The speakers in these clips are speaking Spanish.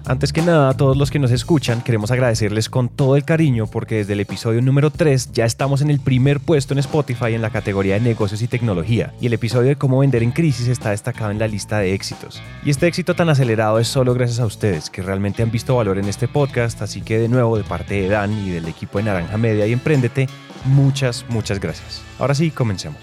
Antes que nada, a todos los que nos escuchan, queremos agradecerles con todo el cariño porque desde el episodio número 3 ya estamos en el primer puesto en Spotify en la categoría de negocios y tecnología, y el episodio de cómo vender en crisis está destacado en la lista de éxitos. Y este éxito tan acelerado es solo gracias a ustedes, que realmente han visto valor en este podcast, así que de nuevo, de parte de Dan y del equipo de Naranja Media y Emprendete, muchas gracias. Ahora sí, comencemos.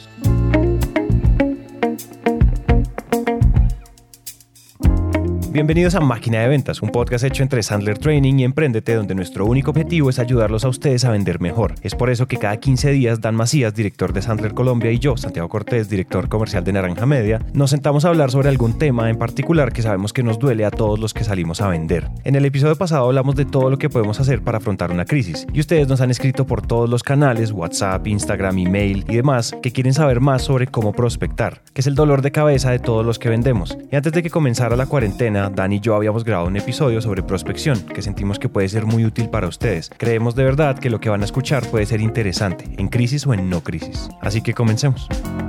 Bienvenidos a Máquina de Ventas, un podcast hecho entre Sandler Training y Emprendete, donde nuestro único objetivo es ayudarlos a ustedes a vender mejor. Es por eso que cada 15 días Dan Macías, director de Sandler Colombia, y yo, Santiago Cortés, director comercial de Naranja Media, nos sentamos a hablar sobre algún tema en particular que sabemos que nos duele a todos los que salimos a vender. En el episodio pasado hablamos de todo lo que podemos hacer para afrontar una crisis, y ustedes nos han escrito por todos los canales, WhatsApp, Instagram, email y demás, que quieren saber más sobre cómo prospectar, que es el dolor de cabeza de todos los que vendemos. Y antes de que comenzara la cuarentena, Dan y yo habíamos grabado un episodio sobre prospección que sentimos que puede ser muy útil para ustedes. Creemos de verdad que lo que van a escuchar puede ser interesante, en crisis o en no crisis. Así que comencemos.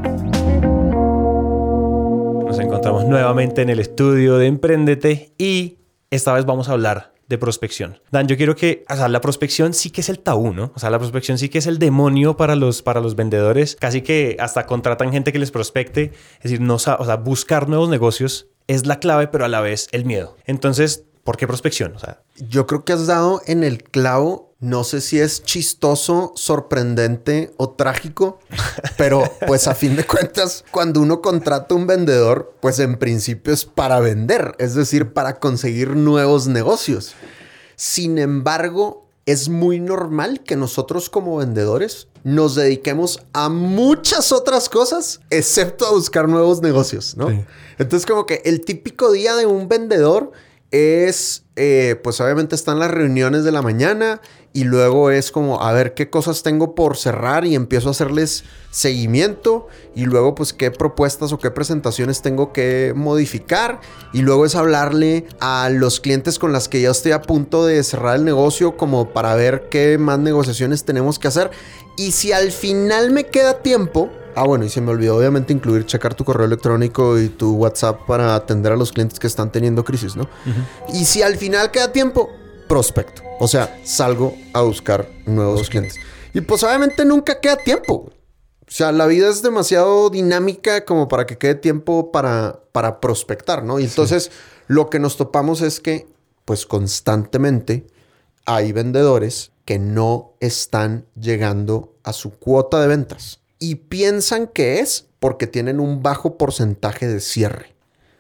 Nos encontramos nuevamente en el estudio de Emprendete y esta vez vamos a hablar de prospección. Dan, yo quiero que, la prospección sí que es el tabú, ¿no? La prospección sí que es el demonio para los vendedores. Casi que hasta contratan gente que les prospecte. Es decir, buscar nuevos negocios es la clave, pero a la vez el miedo. Entonces, ¿por qué prospección? Yo creo que has dado en el clavo. No sé si es chistoso, sorprendente o trágico, pero pues a fin de cuentas, cuando uno contrata a un vendedor, pues en principio es para vender, es decir, para conseguir nuevos negocios. Sin embargo, es muy normal que nosotros como vendedores nos dediquemos a muchas otras cosas, excepto a buscar nuevos negocios, ¿no? Sí. Entonces, como que el típico día de un vendedor es, pues obviamente están las reuniones de la mañana y luego es como a ver qué cosas tengo por cerrar y empiezo a hacerles seguimiento y luego pues qué propuestas o qué presentaciones tengo que modificar y luego es hablarle a los clientes con las que ya estoy a punto de cerrar el negocio como para ver qué más negociaciones tenemos que hacer y si al final me queda tiempo. Bueno, y se me olvidó obviamente incluir checar tu correo electrónico y tu WhatsApp para atender a los clientes que están teniendo crisis, ¿no? Uh-huh. Y si al final queda tiempo, prospecto. O sea, salgo a buscar nuevos clientes. Y pues obviamente nunca queda tiempo. O sea, la vida es demasiado dinámica como para que quede tiempo para prospectar, ¿no? Y entonces lo que nos topamos es que pues constantemente hay vendedores que no están llegando a su cuota de ventas. Y piensan que es porque tienen un bajo porcentaje de cierre.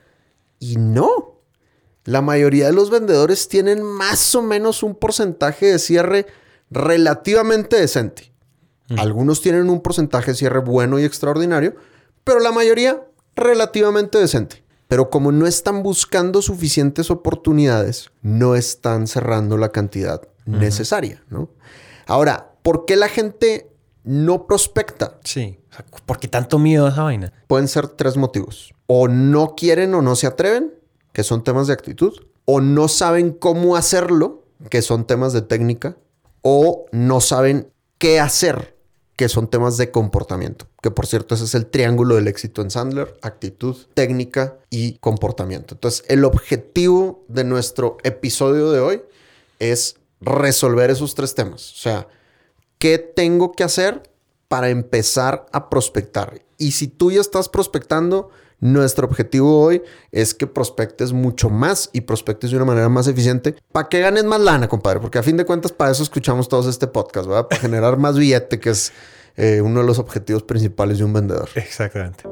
Y no. La mayoría de los vendedores tienen más o menos un porcentaje de cierre relativamente decente. Algunos tienen un porcentaje de cierre bueno y extraordinario, pero la mayoría relativamente decente. Pero como no están buscando suficientes oportunidades, no están cerrando la cantidad necesaria, ¿no? Ahora, ¿por qué la gente no prospecta? Sí. ¿Por qué tanto miedo a esa vaina? Pueden ser 3 motivos. O no quieren o no se atreven, que son temas de actitud. O no saben cómo hacerlo, que son temas de técnica. O no saben qué hacer, que son temas de comportamiento. Que por cierto, ese es el triángulo del éxito en Sandler: actitud, técnica y comportamiento. Entonces, el objetivo de nuestro episodio de hoy es resolver esos 3 temas. O sea, ¿qué tengo que hacer para empezar a prospectar? Y si tú ya estás prospectando, nuestro objetivo hoy es que prospectes mucho más y prospectes de una manera más eficiente para que ganes más lana, compadre. Porque a fin de cuentas para eso escuchamos todos este podcast, ¿verdad? Para generar más billete, que es uno de los objetivos principales de un vendedor. Exactamente.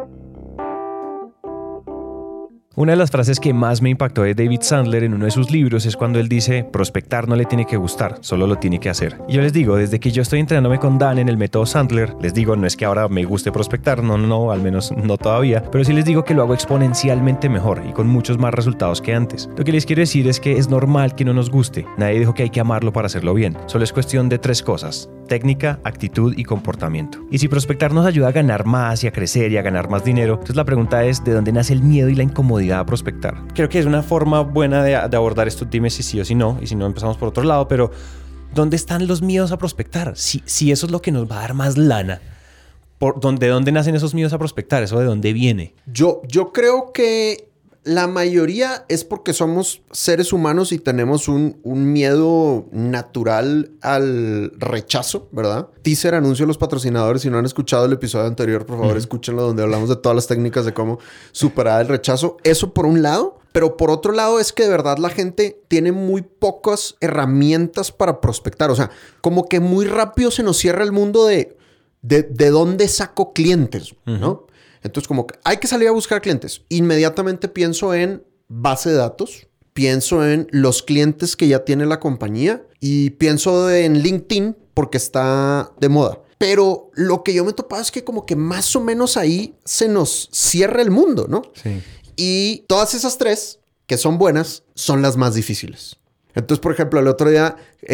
Una de las frases que más me impactó de David Sandler en uno de sus libros es cuando él dice: prospectar no le tiene que gustar, solo lo tiene que hacer. Y yo les digo, desde que yo estoy entrenándome con Dan en el método Sandler, les digo, no es que ahora me guste prospectar, no, al menos no todavía, pero sí les digo que lo hago exponencialmente mejor y con muchos más resultados que antes. Lo que les quiero decir es que es normal que no nos guste. Nadie dijo que hay que amarlo para hacerlo bien. Solo es cuestión de 3 cosas: técnica, actitud y comportamiento. Y si prospectar nos ayuda a ganar más y a crecer y a ganar más dinero, entonces la pregunta es: ¿de dónde nace el miedo y la incomodidad a prospectar? Creo que es una forma buena de abordar esto. Dime si sí o si no, y si no empezamos por otro lado, pero ¿dónde están los miedos a prospectar? Si eso es lo que nos va a dar más lana, ¿de dónde nacen esos miedos a prospectar? ¿Eso de dónde viene? Yo creo que La mayoría es porque somos seres humanos y tenemos un miedo natural al rechazo, ¿verdad? Teaser, anuncio a los patrocinadores. Si no han escuchado el episodio anterior, por favor, escúchenlo, donde hablamos de todas las técnicas de cómo superar el rechazo. Eso por un lado. Pero por otro lado es que de verdad la gente tiene muy pocas herramientas para prospectar. O sea, como que muy rápido se nos cierra el mundo de dónde saco clientes, ¿no? Entonces como que hay que salir a buscar clientes. Inmediatamente pienso en base de datos. Pienso en los clientes que ya tiene la compañía. Y pienso en LinkedIn porque está de moda. Pero lo que yo me he topado es que como que más o menos ahí se nos cierra el mundo, ¿no? Sí. Y todas esas tres, que son buenas, son las más difíciles. Entonces, por ejemplo, el otro día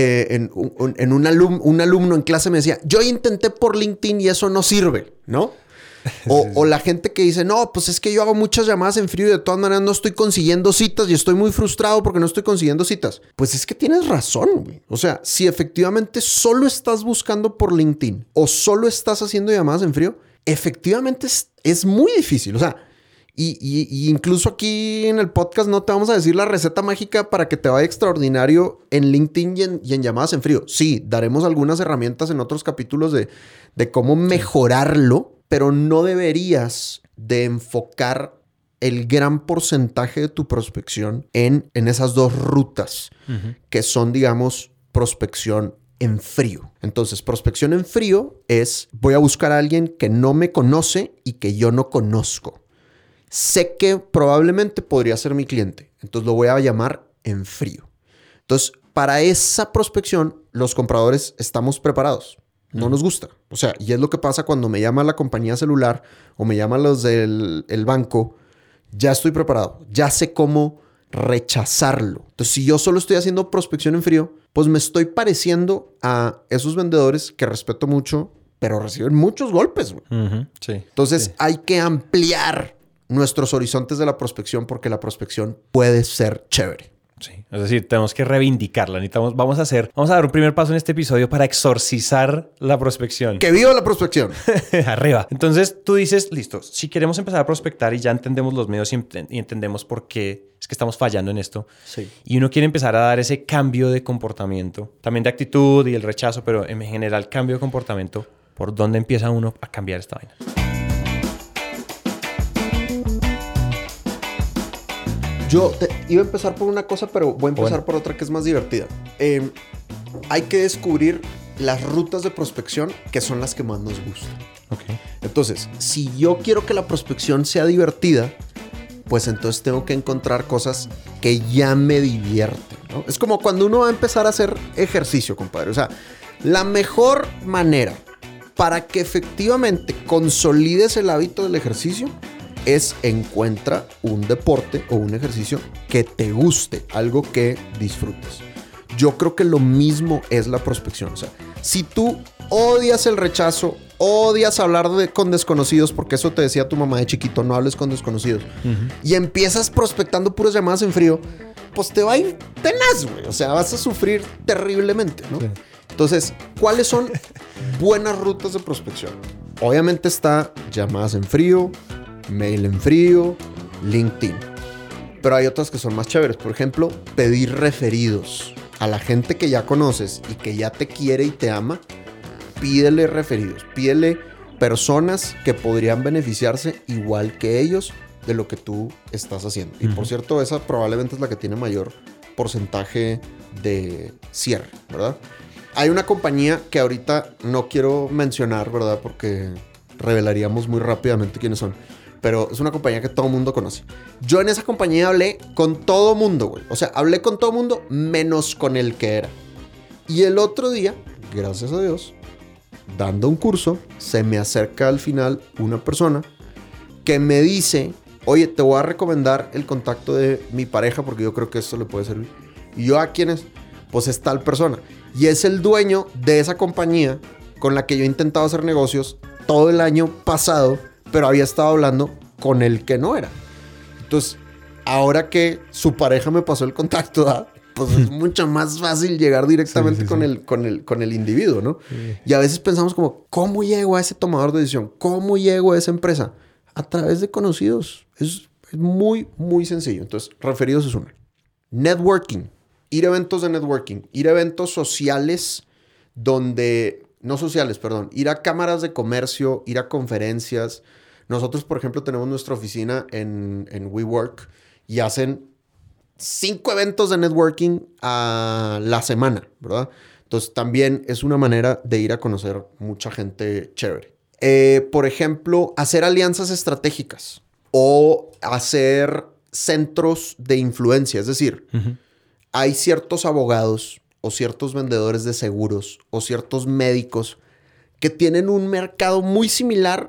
un alumno en clase me decía, yo intenté por LinkedIn y eso no sirve, ¿no? O la gente que dice, no, pues es que yo hago muchas llamadas en frío y de todas maneras no estoy consiguiendo citas y estoy muy frustrado porque no estoy consiguiendo citas. Pues es que tienes razón, güey. O sea, si efectivamente solo estás buscando por LinkedIn o solo estás haciendo llamadas en frío, efectivamente es muy difícil. O sea, y incluso aquí en el podcast no te vamos a decir la receta mágica para que te vaya extraordinario en LinkedIn y en llamadas en frío. Sí, daremos algunas herramientas en otros capítulos de cómo mejorarlo, pero no deberías de enfocar el gran porcentaje de tu prospección en esas dos rutas que son, digamos, prospección en frío. Entonces, prospección en frío es voy a buscar a alguien que no me conoce y que yo no conozco. Sé que probablemente podría ser mi cliente. Entonces lo voy a llamar en frío. Entonces, para esa prospección, los compradores estamos preparados. No nos gusta. O sea, y es lo que pasa cuando me llama la compañía celular o me llaman los del banco. Ya estoy preparado. Ya sé cómo rechazarlo. Entonces, si yo solo estoy haciendo prospección en frío, pues me estoy pareciendo a esos vendedores que respeto mucho, pero reciben muchos golpes, güey. Sí. Entonces, hay que ampliar nuestros horizontes de la prospección porque la prospección puede ser chévere. Sí, es decir, tenemos que reivindicarla. Vamos a dar un primer paso en este episodio para exorcizar la prospección. ¡Que viva la prospección! Arriba. Entonces tú dices, listo, si queremos empezar a prospectar y ya entendemos los medios y entendemos por qué es que estamos fallando en esto. Sí. Y uno quiere empezar a dar ese cambio de comportamiento, también de actitud y el rechazo, pero en general cambio de comportamiento. ¿Por dónde empieza uno a cambiar esta vaina? Yo iba a empezar por una cosa, pero voy a empezar por otra que es más divertida. Hay que descubrir las rutas de prospección que son las que más nos gustan. Okay. Entonces, si yo quiero que la prospección sea divertida, pues entonces tengo que encontrar cosas que ya me divierten, ¿no? Es como cuando uno va a empezar a hacer ejercicio, compadre. O sea, la mejor manera para que efectivamente consolides el hábito del ejercicio es encuentra un deporte o un ejercicio que te guste, algo que disfrutes. Yo creo que lo mismo es la prospección. O sea, si tú odias el rechazo, odias hablar con desconocidos, porque eso te decía tu mamá de chiquito, no hables con desconocidos, y empiezas prospectando puras llamadas en frío, pues te va a ir tenaz, güey. O sea, vas a sufrir terriblemente, ¿no? Sí. Entonces, ¿cuáles son buenas rutas de prospección? Obviamente está llamadas en frío, mail en frío, LinkedIn. Pero hay otras que son más chéveres. Por ejemplo, pedir referidos. A la gente que ya conoces y que ya te quiere y te ama, pídele referidos. Pídele personas que podrían beneficiarse igual que ellos de lo que tú estás haciendo. Y por cierto, esa probablemente es la que tiene mayor porcentaje de cierre, ¿verdad? Hay una compañía que ahorita no quiero mencionar, ¿verdad? Porque revelaríamos muy rápidamente quiénes son. Pero es una compañía que todo mundo conoce. Yo en esa compañía hablé con todo mundo, güey. O sea, hablé con todo mundo menos con el que era. Y el otro día, gracias a Dios, dando un curso, se me acerca al final una persona que me dice, oye, te voy a recomendar el contacto de mi pareja porque yo creo que esto le puede servir. Y yo, ¿a quién es? Pues es tal persona. Y es el dueño de esa compañía con la que yo he intentado hacer negocios todo el año pasado, pero había estado hablando con el que no era. Entonces, ahora que su pareja me pasó el contacto, ¿verdad? Pues es mucho más fácil llegar directamente con el individuo, ¿no? Sí. Y a veces pensamos como, ¿cómo llego a ese tomador de decisión? ¿Cómo llego a esa empresa? A través de conocidos. Es muy, muy sencillo. Entonces, referidos es una. Networking. Ir a eventos de networking. Ir a eventos sociales donde... No sociales, perdón. Ir a cámaras de comercio, ir a conferencias. Nosotros, por ejemplo, tenemos nuestra oficina en WeWork y hacen 5 eventos de networking a la semana, ¿verdad? Entonces, también es una manera de ir a conocer mucha gente chévere. Por ejemplo, hacer alianzas estratégicas o hacer centros de influencia. Es decir, hay ciertos abogados o ciertos vendedores de seguros o ciertos médicos que tienen un mercado muy similar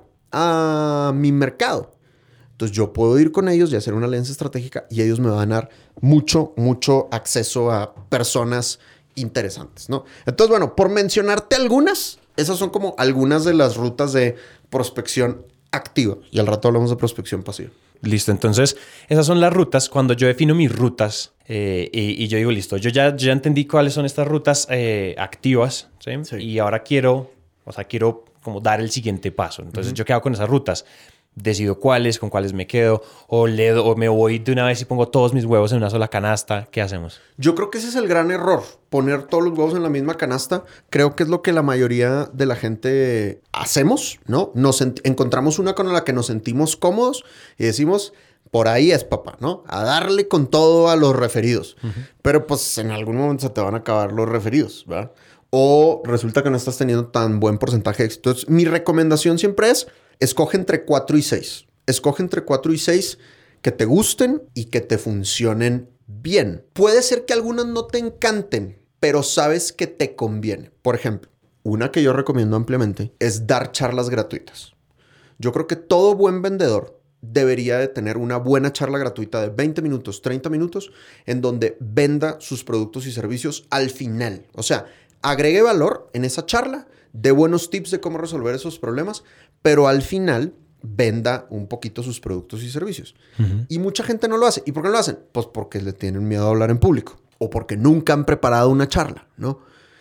a mi mercado. Entonces yo puedo ir con ellos y hacer una alianza estratégica y ellos me van a dar mucho acceso a personas interesantes, ¿no? Entonces, bueno, por mencionarte algunas, esas son como algunas de las rutas de prospección activa. Y al rato hablamos de prospección pasiva. Listo, entonces esas son las rutas. Cuando yo defino mis rutas y yo digo, listo, yo ya entendí cuáles son estas rutas activas, ¿sí? Sí. Y ahora quiero como dar el siguiente paso. Entonces, ¿yo qué hago con esas rutas? Decido cuáles, con cuáles me quedo, o me voy de una vez y pongo todos mis huevos en una sola canasta. ¿Qué hacemos? Yo creo que ese es el gran error, poner todos los huevos en la misma canasta. Creo que es lo que la mayoría de la gente hacemos, ¿no? Encontramos una con la que nos sentimos cómodos y decimos, por ahí es, papá, ¿no? A darle con todo a los referidos. Pero pues en algún momento se te van a acabar los referidos, ¿verdad? O resulta que no estás teniendo tan buen porcentaje de éxito. Entonces, mi recomendación siempre es, escoge entre 4 y 6. Escoge entre 4 y 6 que te gusten y que te funcionen bien. Puede ser que algunas no te encanten, pero sabes que te conviene. Por ejemplo, una que yo recomiendo ampliamente es dar charlas gratuitas. Yo creo que todo buen vendedor debería de tener una buena charla gratuita de 20 minutos, 30 minutos, en donde venda sus productos y servicios al final. O sea, agregue valor en esa charla, dé buenos tips de cómo resolver esos problemas, pero al final venda un poquito sus productos y servicios. Y mucha gente no lo hace. ¿Y por qué no lo hacen? Pues porque le tienen miedo a hablar en público o porque nunca han preparado una charla, ¿no?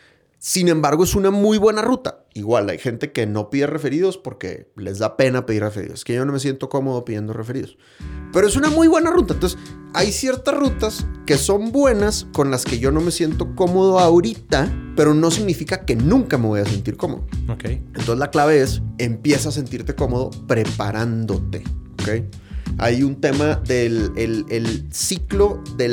Sin embargo, es una muy buena ruta. Igual, hay gente que no pide referidos porque les da pena pedir referidos. Es que yo no me siento cómodo pidiendo referidos. Pero es una muy buena ruta. Entonces, hay ciertas rutas que son buenas con las que yo no me siento cómodo ahorita, pero no significa que nunca me voy a sentir cómodo. Okay. Entonces, la clave es, empieza a sentirte cómodo preparándote. ¿Okay? Hay un tema del el ciclo de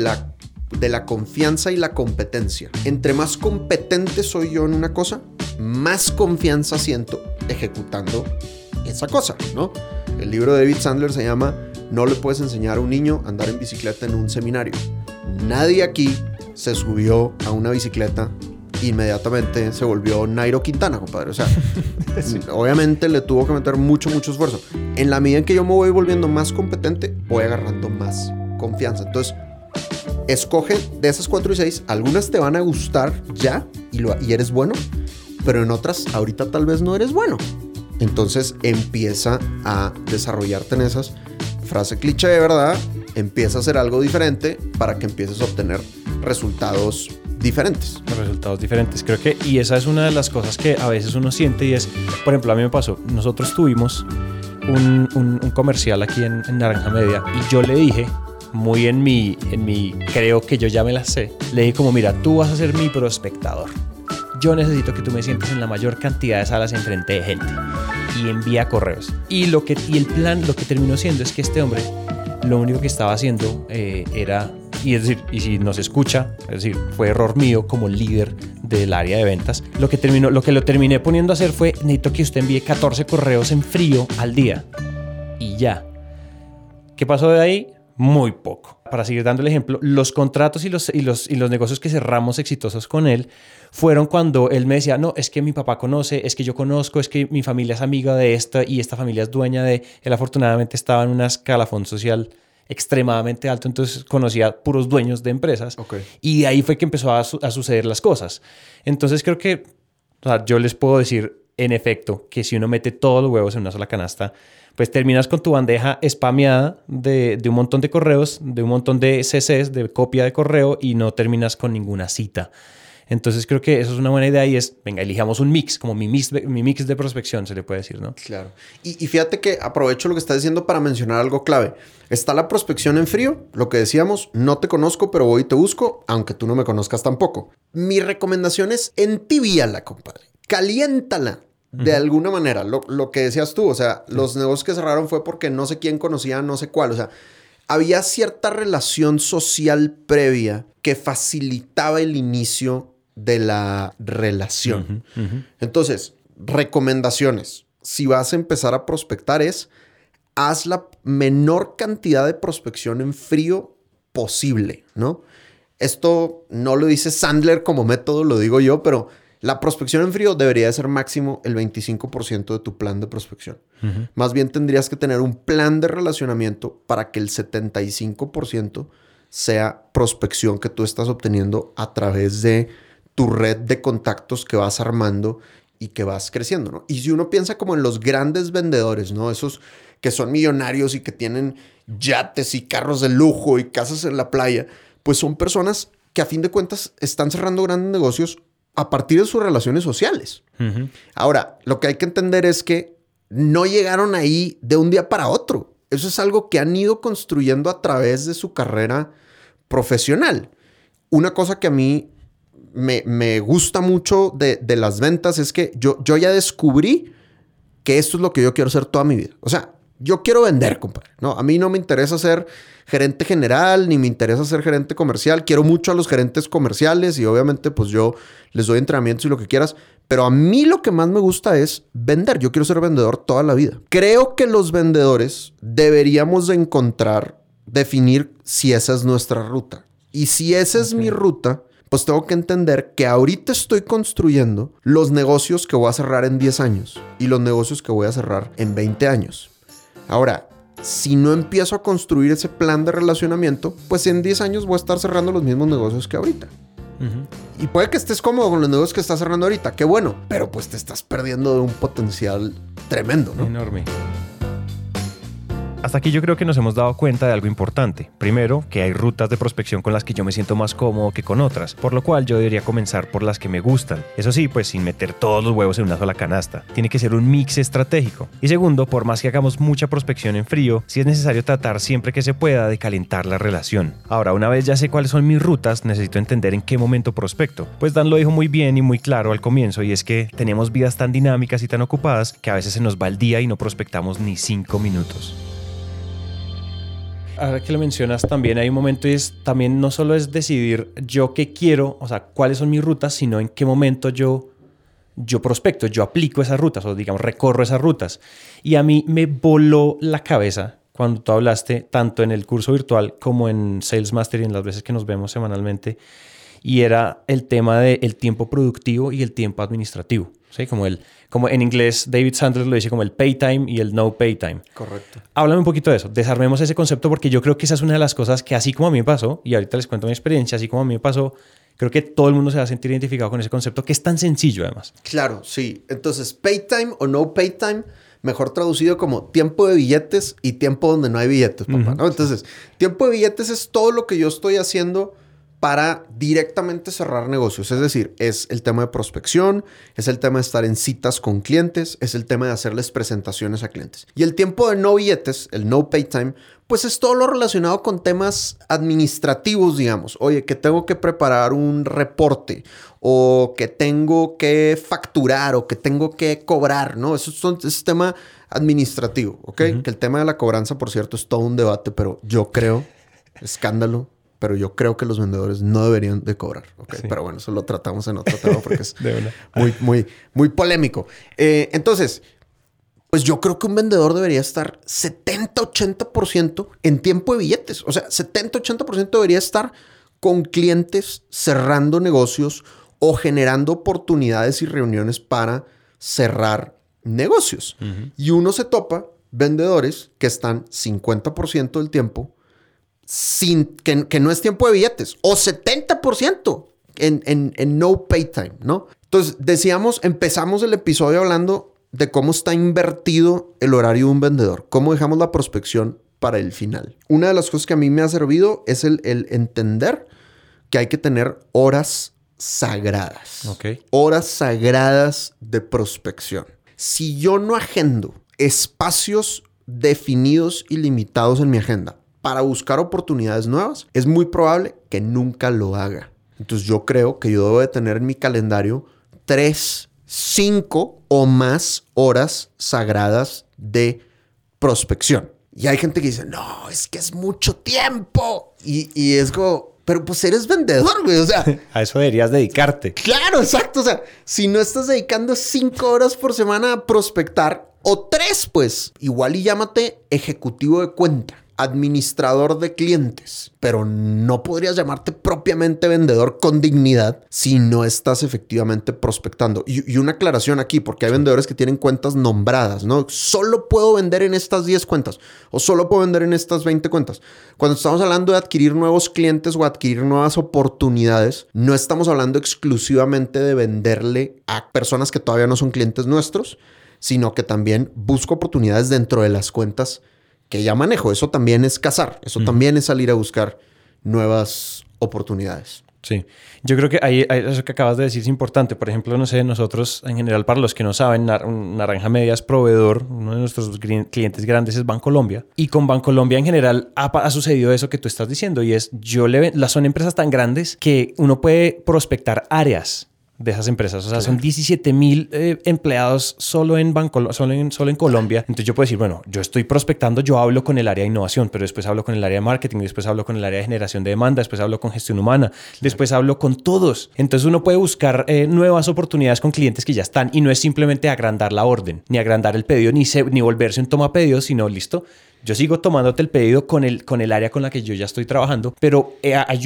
la confianza y la competencia. Entre más competente soy yo en una cosa, más confianza siento ejecutando esa cosa, ¿no? El libro de David Sandler se llama No le puedes enseñar a un niño a andar en bicicleta en un seminario. Nadie aquí se subió a una bicicleta inmediatamente se volvió Nairo Quintana, compadre. O sea, sí. Obviamente le tuvo que meter mucho esfuerzo. En la medida en que yo me voy volviendo más competente, voy agarrando más confianza. Entonces, escoge de esas 4 y 6. Algunas te van a gustar ya y eres bueno, pero en otras ahorita tal vez no eres bueno. Entonces empieza a desarrollarte en esas. Frase cliché, ¿verdad? Empieza a hacer algo diferente para que empieces a obtener resultados diferentes. Resultados diferentes. Creo que, y esa es una de las cosas que a veces uno siente y es, por ejemplo, a mí me pasó. Nosotros tuvimos un comercial aquí en Naranja Media y yo le dije, muy en mi creo que yo ya me la sé, le dije como, mira, tú vas a ser mi prospectador. Yo necesito que tú me sientes en la mayor cantidad de salas enfrente de gente y envía correos. Y el plan, lo que terminó siendo es que este hombre, lo único que estaba haciendo era, y es decir, y si nos escucha, es decir, fue error mío como líder del área de ventas, lo que lo terminé poniendo a hacer fue, necesito que usted envíe 14 correos en frío al día. Y ya. ¿Qué pasó de ahí? Muy poco. Para seguir dando el ejemplo, los contratos y los negocios que cerramos exitosos con él fueron cuando él me decía, no, es que mi papá conoce, es que yo conozco, es que mi familia es amiga de esta y esta familia es dueña de... Él afortunadamente estaba en un escalafón social extremadamente alto, entonces conocía puros dueños de empresas. Okay. Y de ahí fue que empezó a suceder las cosas. Entonces creo que, o sea, yo les puedo decir, en efecto, que si uno mete todos los huevos en una sola canasta, pues terminas con tu bandeja spameada de un montón de correos, de un montón de CCs, de copia de correo y no terminas con ninguna cita. Entonces creo que eso es una buena idea y es, venga, elijamos un mix, como mi mix de prospección, se le puede decir, ¿no? Claro. Y fíjate que aprovecho lo que estás diciendo para mencionar algo clave. Está la prospección en frío, lo que decíamos, no te conozco, pero voy y te busco, aunque tú no me conozcas tampoco. Mi recomendación es entibiala, compadre. Caliéntala. De alguna manera, lo que decías tú, o sea, los negocios que cerraron fue porque no sé quién conocía no sé cuál, o sea, había cierta relación social previa que facilitaba el inicio de la relación. Entonces, recomendaciones. Si vas a empezar a prospectar haz la menor cantidad de prospección en frío posible, ¿no? Esto no lo dice Sandler como método, lo digo yo, pero la prospección en frío debería de ser máximo el 25% de tu plan de prospección. Más bien tendrías que tener un plan de relacionamiento para que el 75% sea prospección que tú estás obteniendo a través de tu red de contactos que vas armando y que vas creciendo, ¿no? Y si uno piensa como en los grandes vendedores, ¿no? Esos que son millonarios y que tienen yates y carros de lujo y casas en la playa, pues son personas que a fin de cuentas están cerrando grandes negocios a partir de sus relaciones sociales. Ahora, lo que hay que entender es que no llegaron ahí de un día para otro. Eso es algo que han ido construyendo a través de su carrera profesional. Una cosa que a mí me gusta mucho de las ventas es que yo ya descubrí que esto es lo que yo quiero hacer toda mi vida. O sea, yo quiero vender, compadre. No, a mí no me interesa ser gerente general, ni me interesa ser gerente comercial. Quiero mucho a los gerentes comerciales y obviamente pues yo les doy entrenamientos y lo que quieras. Pero a mí lo que más me gusta es vender. Yo quiero ser vendedor toda la vida. Creo que los vendedores deberíamos de definir si esa es nuestra ruta. Y si esa es mi ruta, pues tengo que entender que ahorita estoy construyendo los negocios que voy a cerrar en 10 años y los negocios que voy a cerrar en 20 años. Ahora, si no empiezo a construir ese plan de relacionamiento, pues en 10 años voy a estar cerrando los mismos negocios que ahorita. Y puede que estés cómodo con los negocios que estás cerrando ahorita, qué bueno, pero pues te estás perdiendo de un potencial tremendo, ¿no? Enorme. Hasta aquí yo creo que nos hemos dado cuenta de algo importante. Primero, que hay rutas de prospección con las que yo me siento más cómodo que con otras, por lo cual yo debería comenzar por las que me gustan. Eso sí, pues sin meter todos los huevos en una sola canasta. Tiene que ser un mix estratégico. Y segundo, por más que hagamos mucha prospección en frío, sí es necesario tratar siempre que se pueda de calentar la relación. Ahora, una vez ya sé cuáles son mis rutas, necesito entender en qué momento prospecto. Pues Dan lo dijo muy bien y muy claro al comienzo, y es que tenemos vidas tan dinámicas y tan ocupadas que a veces se nos va el día y no prospectamos ni 5 minutos. Ahora que lo mencionas, también hay un momento y es también no solo es decidir yo qué quiero, o sea, cuáles son mis rutas, sino en qué momento yo prospecto, yo aplico esas rutas o digamos recorro esas rutas. Y a mí me voló la cabeza cuando tú hablaste tanto en el curso virtual como en Sales Mastery, en las veces que nos vemos semanalmente, y era el tema del tiempo productivo y el tiempo administrativo. ¿Sí? Como en inglés David Sandler lo dice como el pay time y el no pay time. Correcto. Háblame un poquito de eso. Desarmemos ese concepto porque yo creo que esa es una de las cosas que así como a mí me pasó, y ahorita les cuento mi experiencia, así como a mí me pasó, creo que todo el mundo se va a sentir identificado con ese concepto que es tan sencillo además. Claro, sí. Entonces, pay time o no pay time, mejor traducido como tiempo de billetes y tiempo donde no hay billetes, papá, ¿no? Entonces, tiempo de billetes es todo lo que yo estoy haciendo para directamente cerrar negocios. Es decir, es el tema de prospección, es el tema de estar en citas con clientes, es el tema de hacerles presentaciones a clientes. Y el tiempo de no billetes, el no pay time, pues es todo lo relacionado con temas administrativos, digamos. Oye, que tengo que preparar un reporte o que tengo que facturar o que tengo que cobrar, ¿no? Eso es tema administrativo, ¿ok? Que el tema de la cobranza, por cierto, es todo un debate, pero yo creo, escándalo, pero yo creo que los vendedores no deberían de cobrar. ¿Okay? Sí. Pero bueno, eso lo tratamos en otro tema porque es muy polémico. Entonces, pues yo creo que un vendedor debería estar 70-80% en tiempo de billetes. O sea, 70-80% debería estar con clientes cerrando negocios o generando oportunidades y reuniones para cerrar negocios. Y uno se topa vendedores que están 50% del tiempo que no es tiempo de billetes o 70% en no pay time, ¿no? Entonces, empezamos el episodio hablando de cómo está invertido el horario de un vendedor, cómo dejamos la prospección para el final. Una de las cosas que a mí me ha servido es el entender que hay que tener horas sagradas. Ok. Horas sagradas de prospección. Si yo no agendo espacios definidos y limitados en mi agenda para buscar oportunidades nuevas, es muy probable que nunca lo haga. Entonces yo creo que yo debo de tener en mi calendario 3, 5 o más horas sagradas de prospección. Y hay gente que dice, no, es que es mucho tiempo. Y es como, pero pues eres vendedor, güey. O sea, a eso deberías dedicarte. Claro, exacto. O sea, si no estás dedicando 5 horas por semana a prospectar, o 3, pues, igual y llámate ejecutivo de cuenta, administrador de clientes, pero no podrías llamarte propiamente vendedor con dignidad si no estás efectivamente prospectando. Y una aclaración aquí, porque hay vendedores que tienen cuentas nombradas, ¿no? Solo puedo vender en estas 10 cuentas o solo puedo vender en estas 20 cuentas. Cuando estamos hablando de adquirir nuevos clientes o adquirir nuevas oportunidades, no estamos hablando exclusivamente de venderle a personas que todavía no son clientes nuestros, sino que también busco oportunidades dentro de las cuentas que ya manejo. Eso también es cazar. Eso también es salir a buscar nuevas oportunidades. Sí. Yo creo que ahí eso que acabas de decir es importante. Por ejemplo, no sé, nosotros en general, para los que no saben, Naranja Media es proveedor. Uno de nuestros clientes grandes es Bancolombia. Y con Bancolombia en general ha sucedido eso que tú estás diciendo. Y es, son empresas tan grandes que uno puede prospectar áreas de esas empresas. O sea, son 17,000 empleados solo en Colombia. Entonces yo puedo decir, bueno, yo estoy prospectando, yo hablo con el área de innovación, pero después hablo con el área de marketing, después hablo con el área de generación de demanda, después hablo con gestión humana, después hablo con todos. Entonces uno puede buscar nuevas oportunidades con clientes que ya están y no es simplemente agrandar la orden, ni agrandar el pedido, ni volverse un toma pedido, sino listo. Yo sigo tomándote el pedido con el área con la que yo ya estoy trabajando, pero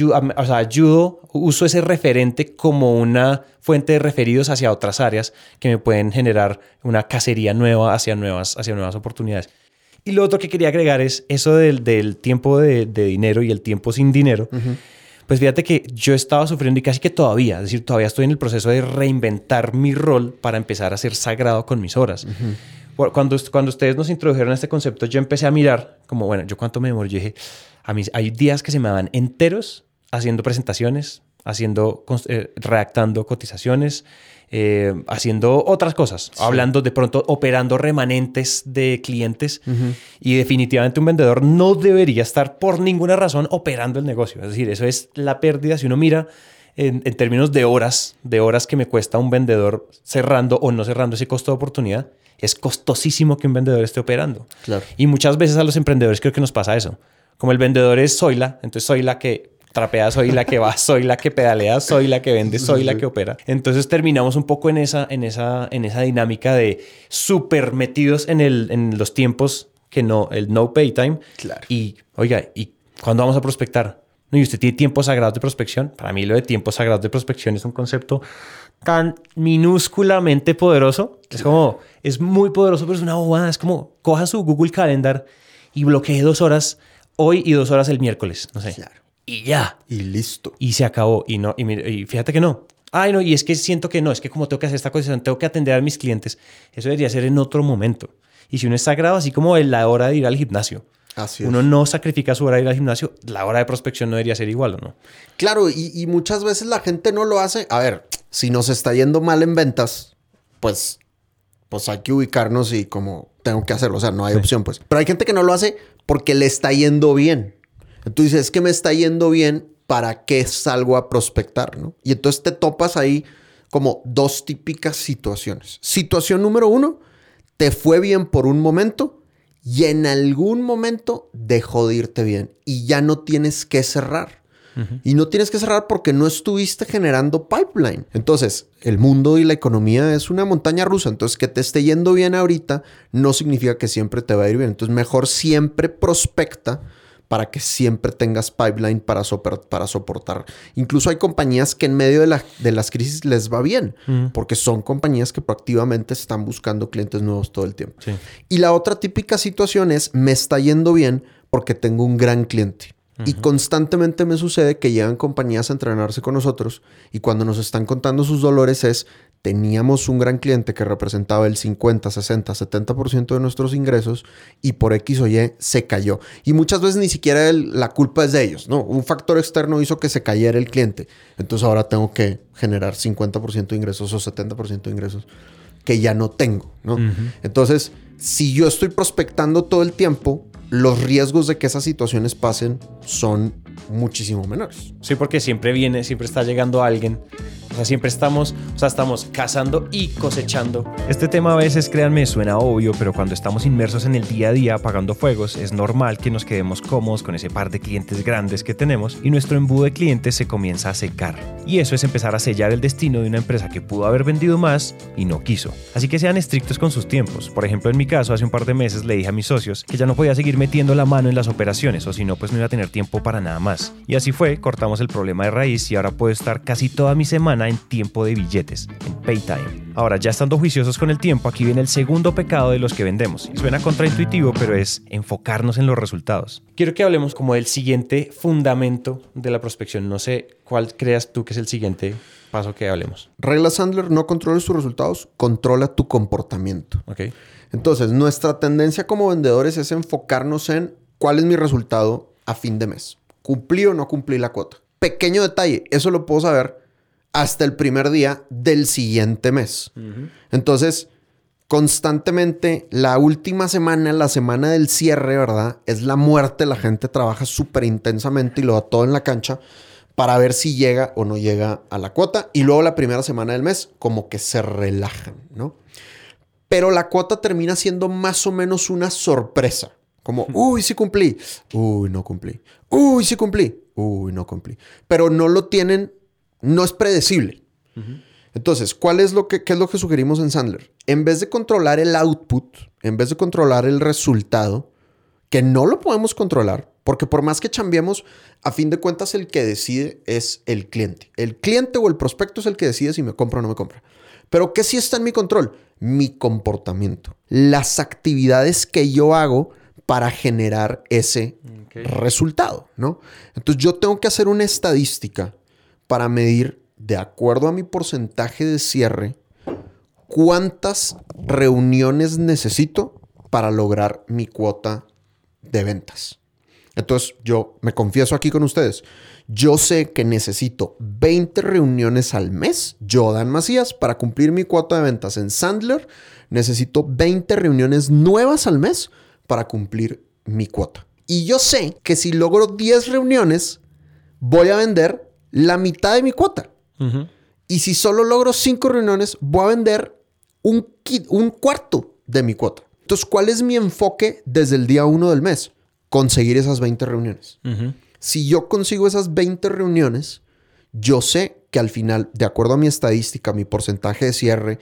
uso ese referente como una fuente de referidos hacia otras áreas que me pueden generar una cacería nueva hacia nuevas oportunidades. Y lo otro que quería agregar es eso del tiempo de dinero y el tiempo sin dinero. Uh-huh. Pues fíjate que yo estaba sufriendo y casi que todavía, es decir, todavía estoy en el proceso de reinventar mi rol para empezar a ser sagrado con mis horas. Uh-huh. Cuando ustedes nos introdujeron a este concepto, yo empecé a mirar como, bueno, ¿yo cuánto me demoro? Yo dije, hay días que se me van enteros haciendo presentaciones, redactando cotizaciones, haciendo otras cosas, sí. Hablando de pronto, operando remanentes de clientes. Uh-huh. Y definitivamente un vendedor no debería estar por ninguna razón operando el negocio. Es decir, eso es la pérdida. Si uno mira en términos de horas que me cuesta un vendedor cerrando o no cerrando ese costo de oportunidad, es costosísimo que un vendedor esté operando. Claro. Y muchas veces a los emprendedores creo que nos pasa eso. Como el vendedor es soy la, entonces soy la que trapea, soy la que va, soy la que pedalea, soy la que vende, soy la que opera. Entonces terminamos un poco en esa dinámica de súper metidos en los tiempos que no, el no pay time. Claro. Y oiga, ¿y cuándo vamos a prospectar? No, y usted tiene tiempos sagrados de prospección. Para mí lo de tiempos sagrados de prospección es un concepto tan minúsculamente poderoso. Es como, es muy poderoso, pero es una bobada. Es como, coja su Google Calendar y bloquee 2 horas hoy y 2 horas el miércoles. No sé. Claro. Y ya. Y listo. Y se acabó. Y fíjate que no. Ay, no, y es que siento que no. Es que como tengo que hacer esta cosa, tengo que atender a mis clientes. Eso debería ser en otro momento. Y si uno es sagrado, así como en la hora de ir al gimnasio. Así es. Uno no sacrifica su hora de ir al gimnasio, la hora de prospección no debería ser igual, ¿o no? Claro, y muchas veces la gente no lo hace. A ver, si nos está yendo mal en ventas, pues hay que ubicarnos y como tengo que hacerlo. O sea, no hay opción, pues. Pero hay gente que no lo hace porque le está yendo bien. Entonces dices, es que me está yendo bien, ¿para qué salgo a prospectar, no? Y entonces te topas ahí como 2 típicas situaciones. Situación número 1, te fue bien por un momento y en algún momento dejó de irte bien y ya no tienes que cerrar. Uh-huh. Y no tienes que cerrar porque no estuviste generando pipeline. Entonces, el mundo y la economía es una montaña rusa. Entonces, que te esté yendo bien ahorita no significa que siempre te va a ir bien. Entonces, mejor siempre prospecta para que siempre tengas pipeline para soportar. Incluso hay compañías que en medio de las crisis les va bien, porque son compañías que proactivamente están buscando clientes nuevos todo el tiempo. Sí. Y la otra típica situación es, me está yendo bien porque tengo un gran cliente. Uh-huh. Y constantemente me sucede que llegan compañías a entrenarse con nosotros y cuando nos están contando sus dolores es, teníamos un gran cliente que representaba el 50, 60, 70% de nuestros ingresos y por X o Y se cayó. Y muchas veces ni siquiera la culpa es de ellos, ¿no? Un factor externo hizo que se cayera el cliente. Entonces ahora tengo que generar 50% de ingresos o 70% de ingresos que ya no tengo, ¿no? Entonces, si yo estoy prospectando todo el tiempo, los riesgos de que esas situaciones pasen son muchísimo menores. Sí, porque siempre está llegando alguien. O sea, siempre estamos cazando y cosechando. Este tema a veces, créanme, suena obvio, pero cuando estamos inmersos en el día a día apagando fuegos, es normal que nos quedemos cómodos con ese par de clientes grandes que tenemos y nuestro embudo de clientes se comienza a secar. Y eso es empezar a sellar el destino de una empresa que pudo haber vendido más y no quiso. Así que sean estrictos con sus tiempos. Por ejemplo, en mi caso, hace un par de meses le dije a mis socios que ya no podía seguir metiendo la mano en las operaciones, o si no, pues no iba a tener tiempo para nada más. Y así fue, cortamos el problema de raíz y ahora puedo estar casi toda mi semana en tiempo de billetes, en pay time. Ahora, ya estando juiciosos con el tiempo, aquí viene el segundo pecado de los que vendemos. Y suena contraintuitivo, pero es enfocarnos en los resultados. Quiero que hablemos como del siguiente fundamento de la prospección. No sé cuál creas tú que es el siguiente paso que hablemos. Regla Sandler: no controles tus resultados, controla tu comportamiento. Ok. Entonces, nuestra tendencia como vendedores es enfocarnos en cuál es mi resultado a fin de mes. ¿Cumplí o no cumplí la cuota? Pequeño detalle, eso lo puedo saber hasta el primer día del siguiente mes. Entonces, constantemente, la última semana, la semana del cierre, ¿verdad? Es la muerte. La gente trabaja súper intensamente y lo da todo en la cancha para ver si llega o no llega a la cuota. Y luego la primera semana del mes, como que se relajan, ¿no? Pero la cuota termina siendo más o menos una sorpresa. Como, uy, sí cumplí. Uy, no cumplí. Uy, sí cumplí. Uy, no cumplí. Pero no lo tienen, no es predecible. Entonces, ¿qué es lo que sugerimos en Sandler? En vez de controlar el output, en vez de controlar el resultado, que no lo podemos controlar, porque por más que chambeemos, a fin de cuentas el que decide es el cliente. El cliente o el prospecto es el que decide si me compra o no me compra. Pero ¿qué sí está en mi control? Mi comportamiento. Las actividades que yo hago para generar ese resultado, ¿no? Entonces yo tengo que hacer una estadística para medir, de acuerdo a mi porcentaje de cierre, cuántas reuniones necesito para lograr mi cuota de ventas. Entonces yo me confieso aquí con ustedes. Yo sé que necesito 20 reuniones al mes, yo, Dan Macías, para cumplir mi cuota de ventas. En Sandler necesito 20 reuniones nuevas al mes para cumplir mi cuota. Y yo sé que si logro 10 reuniones, voy a vender la mitad de mi cuota. Y si solo logro 5 reuniones, voy a vender un cuarto de mi cuota. Entonces, ¿cuál es mi enfoque desde el día 1 del mes? Conseguir esas 20 reuniones. Si yo consigo esas 20 reuniones, yo sé que al final, de acuerdo a mi estadística, mi porcentaje de cierre,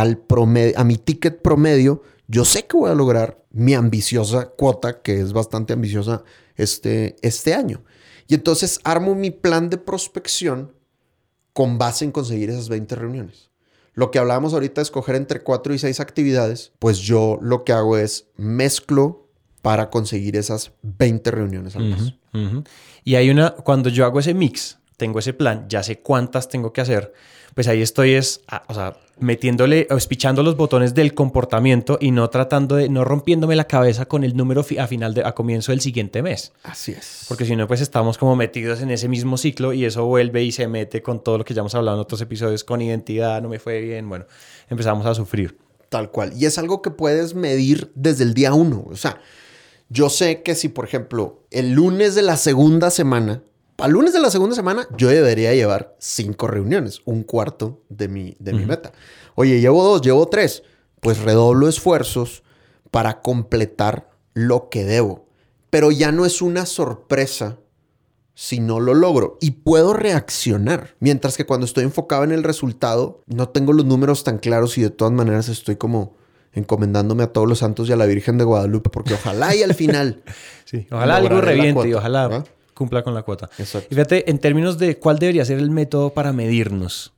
a mi ticket promedio, yo sé que voy a lograr mi ambiciosa cuota, que es bastante ambiciosa este año. Y entonces armo mi plan de prospección con base en conseguir esas 20 reuniones. Lo que hablábamos ahorita de escoger entre 4 y 6 actividades, pues yo lo que hago es mezclo para conseguir esas 20 reuniones al mes. Y cuando yo hago ese mix, tengo ese plan, ya sé cuántas tengo que hacer, pues ahí estoy metiéndole o espichando los botones del comportamiento y no rompiéndome la cabeza con el número a comienzo del siguiente mes. Así es. Porque si no, pues estamos como metidos en ese mismo ciclo y eso vuelve y se mete con todo lo que ya hemos hablado en otros episodios, con identidad, no me fue bien, bueno, empezamos a sufrir. Tal cual. Y es algo que puedes medir desde el día 1. O sea, yo sé que si, por ejemplo, el lunes de la segunda semana, al lunes de la segunda semana, yo debería llevar 5 reuniones, un cuarto de mi meta. Oye, llevo 2, llevo 3. Pues redoblo esfuerzos para completar lo que debo. Pero ya no es una sorpresa si no lo logro. Y puedo reaccionar. Mientras que cuando estoy enfocado en el resultado, no tengo los números tan claros y de todas maneras estoy como encomendándome a todos los santos y a la Virgen de Guadalupe. Porque ojalá y al final... sí, ojalá algo reviente y ojalá cumpla con la cuota. Exacto. Y fíjate, en términos de cuál debería ser el método para medirnos,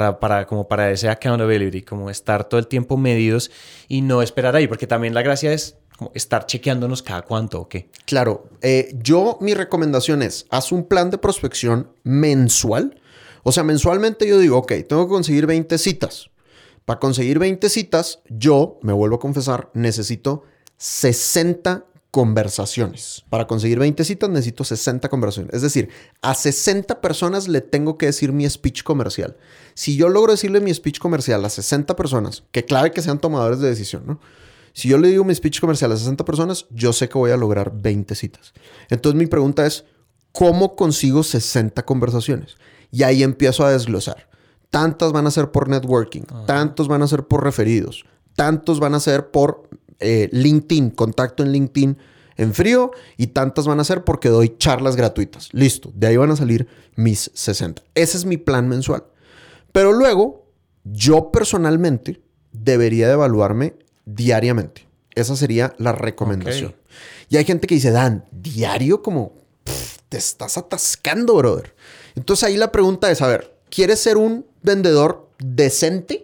para ese accountability, como estar todo el tiempo medidos y no esperar ahí, porque también la gracia es como estar chequeándonos cada cuánto o qué. Claro. Mi recomendación es, haz un plan de prospección mensual. O sea, mensualmente yo digo, ok, tengo que conseguir 20 citas. Para conseguir 20 citas, yo, me vuelvo a confesar, necesito 60 conversaciones. Para conseguir 20 citas necesito 60 conversaciones. Es decir, a 60 personas le tengo que decir mi speech comercial. Si yo logro decirle mi speech comercial a 60 personas, que clave que sean tomadores de decisión, ¿no? Si yo le digo mi speech comercial a 60 personas, yo sé que voy a lograr 20 citas. Entonces mi pregunta es, ¿cómo consigo 60 conversaciones? Y ahí empiezo a desglosar. Tantas van a ser por networking, tantos van a ser por referidos, tantos van a ser por LinkedIn, contacto en LinkedIn en frío, y tantas van a ser porque doy charlas gratuitas. Listo, de ahí van a salir mis 60. Ese es mi plan mensual. Pero luego, yo personalmente debería de evaluarme diariamente. Esa sería la recomendación. Okay. Y hay gente que dice, Dan, ¿diario? Como, te estás atascando, brother. Entonces ahí la pregunta es, a ver, ¿quieres ser un vendedor decente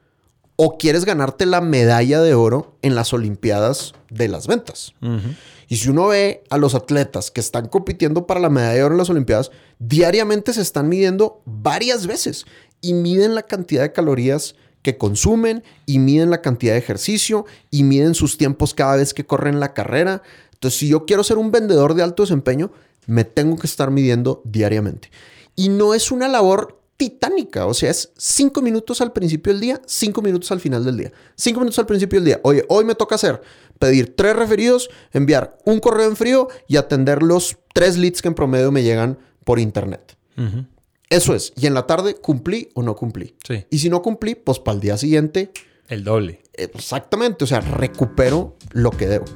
o quieres ganarte la medalla de oro en las Olimpiadas de las ventas? Uh-huh. Y si uno ve a los atletas que están compitiendo para la medalla de oro en las Olimpiadas, diariamente se están midiendo varias veces y miden la cantidad de calorías que consumen y miden la cantidad de ejercicio y miden sus tiempos cada vez que corren la carrera. Entonces, si yo quiero ser un vendedor de alto desempeño, me tengo que estar midiendo diariamente. Y no es una labor titánica. O sea, es 5 minutos al principio del día, 5 minutos al final del día. 5 minutos al principio del día. Oye, hoy me toca pedir 3 referidos, enviar un correo en frío y atender los 3 leads que en promedio me llegan por internet. Uh-huh. Eso es. Y en la tarde, ¿cumplí o no cumplí? Sí. Y si no cumplí, pues para el día siguiente... el doble. Exactamente. O sea, recupero lo que debo.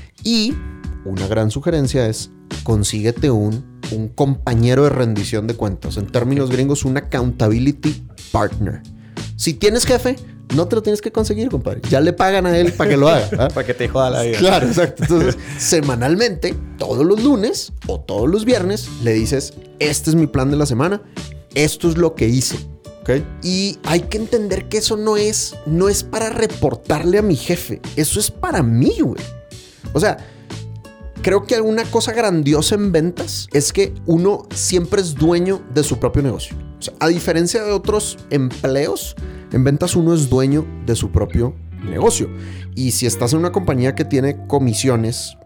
Y una gran sugerencia es consíguete un compañero de rendición de cuentas. En términos gringos, un accountability partner. Si tienes jefe, no te lo tienes que conseguir, compadre. Ya le pagan a él para que lo haga. ¿Eh? Para que te joda la vida. Claro, exacto. Entonces, semanalmente, todos los lunes o todos los viernes, le dices, este es mi plan de la semana, esto es lo que hice. ¿Okay? Y hay que entender que eso no es para reportarle a mi jefe. Eso es para mí, güey. O sea, creo que una cosa grandiosa en ventas es que uno siempre es dueño de su propio negocio. O sea, a diferencia de otros empleos, en ventas uno es dueño de su propio negocio. Y si estás en una compañía que tiene comisiones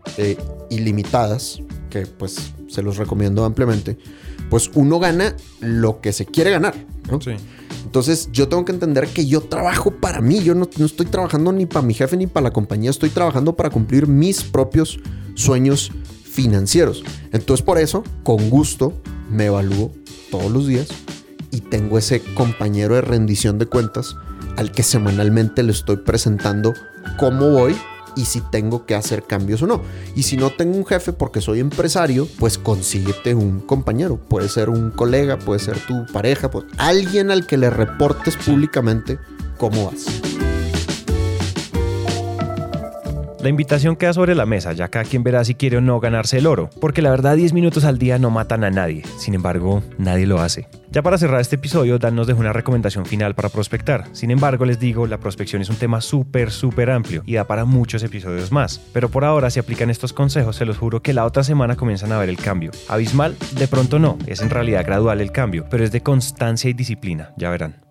ilimitadas, que pues se los recomiendo ampliamente, pues uno gana lo que se quiere ganar, ¿no? Sí. Entonces yo tengo que entender que yo trabajo para mí. Yo no estoy trabajando ni para mi jefe ni para la compañía. Estoy trabajando para cumplir mis propios sueños financieros. Entonces por eso, con gusto, me evalúo todos los días y tengo ese compañero de rendición de cuentas al que semanalmente le estoy presentando cómo voy y si tengo que hacer cambios o no. Y si no tengo un jefe porque soy empresario, pues consíguete un compañero. Puede ser un colega, puede ser tu pareja, pues alguien al que le reportes públicamente cómo vas. La invitación queda sobre la mesa, ya cada quien verá si quiere o no ganarse el oro, porque la verdad 10 minutos al día no matan a nadie, sin embargo, nadie lo hace. Ya para cerrar este episodio, Dan nos dejó una recomendación final para prospectar. Sin embargo, les digo, la prospección es un tema súper amplio y da para muchos episodios más. Pero por ahora, si aplican estos consejos, se los juro que la otra semana comienzan a ver el cambio. Abismal, de pronto no, es en realidad gradual el cambio, pero es de constancia y disciplina, ya verán.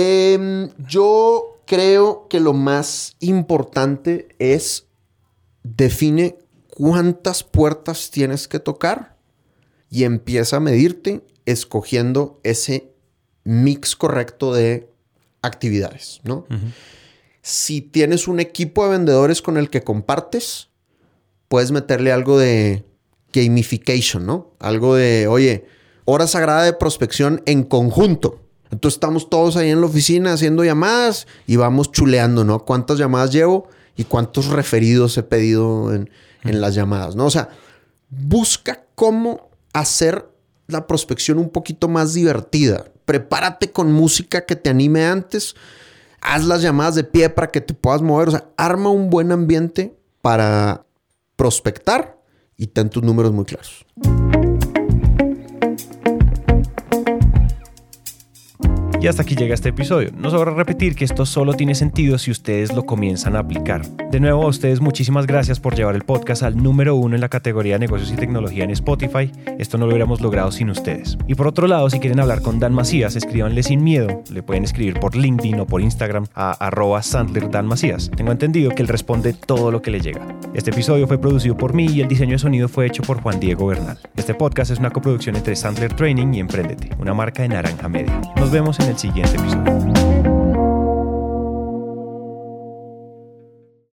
Yo creo que lo más importante es define cuántas puertas tienes que tocar y empieza a medirte escogiendo ese mix correcto de actividades, ¿no? Uh-huh. Si tienes un equipo de vendedores con el que compartes, puedes meterle algo de gamification, ¿no? Algo de, oye, hora sagrada de prospección en conjunto. Entonces estamos todos ahí en la oficina haciendo llamadas y vamos chuleando, ¿no? ¿Cuántas llamadas llevo? Y cuántos referidos he pedido en las llamadas, ¿no? O sea, busca cómo hacer la prospección un poquito más divertida. Prepárate con música que te anime antes. Haz las llamadas de pie para que te puedas mover. O sea, arma un buen ambiente para prospectar y ten tus números muy claros. Y hasta aquí llega este episodio. No sobra repetir que esto solo tiene sentido si ustedes lo comienzan a aplicar. De nuevo, a ustedes muchísimas gracias por llevar el podcast al número 1 en la categoría de negocios y tecnología en Spotify. Esto no lo hubiéramos logrado sin ustedes. Y por otro lado, si quieren hablar con Dan Macías, escríbanle sin miedo. Le pueden escribir por LinkedIn o por Instagram a @SandlerDanMacías. Tengo entendido que él responde todo lo que le llega. Este episodio fue producido por mí y el diseño de sonido fue hecho por Juan Diego Bernal. Este podcast es una coproducción entre Sandler Training y Emprendete, una marca de Naranja Media. Nos vemos en el siguiente episodio.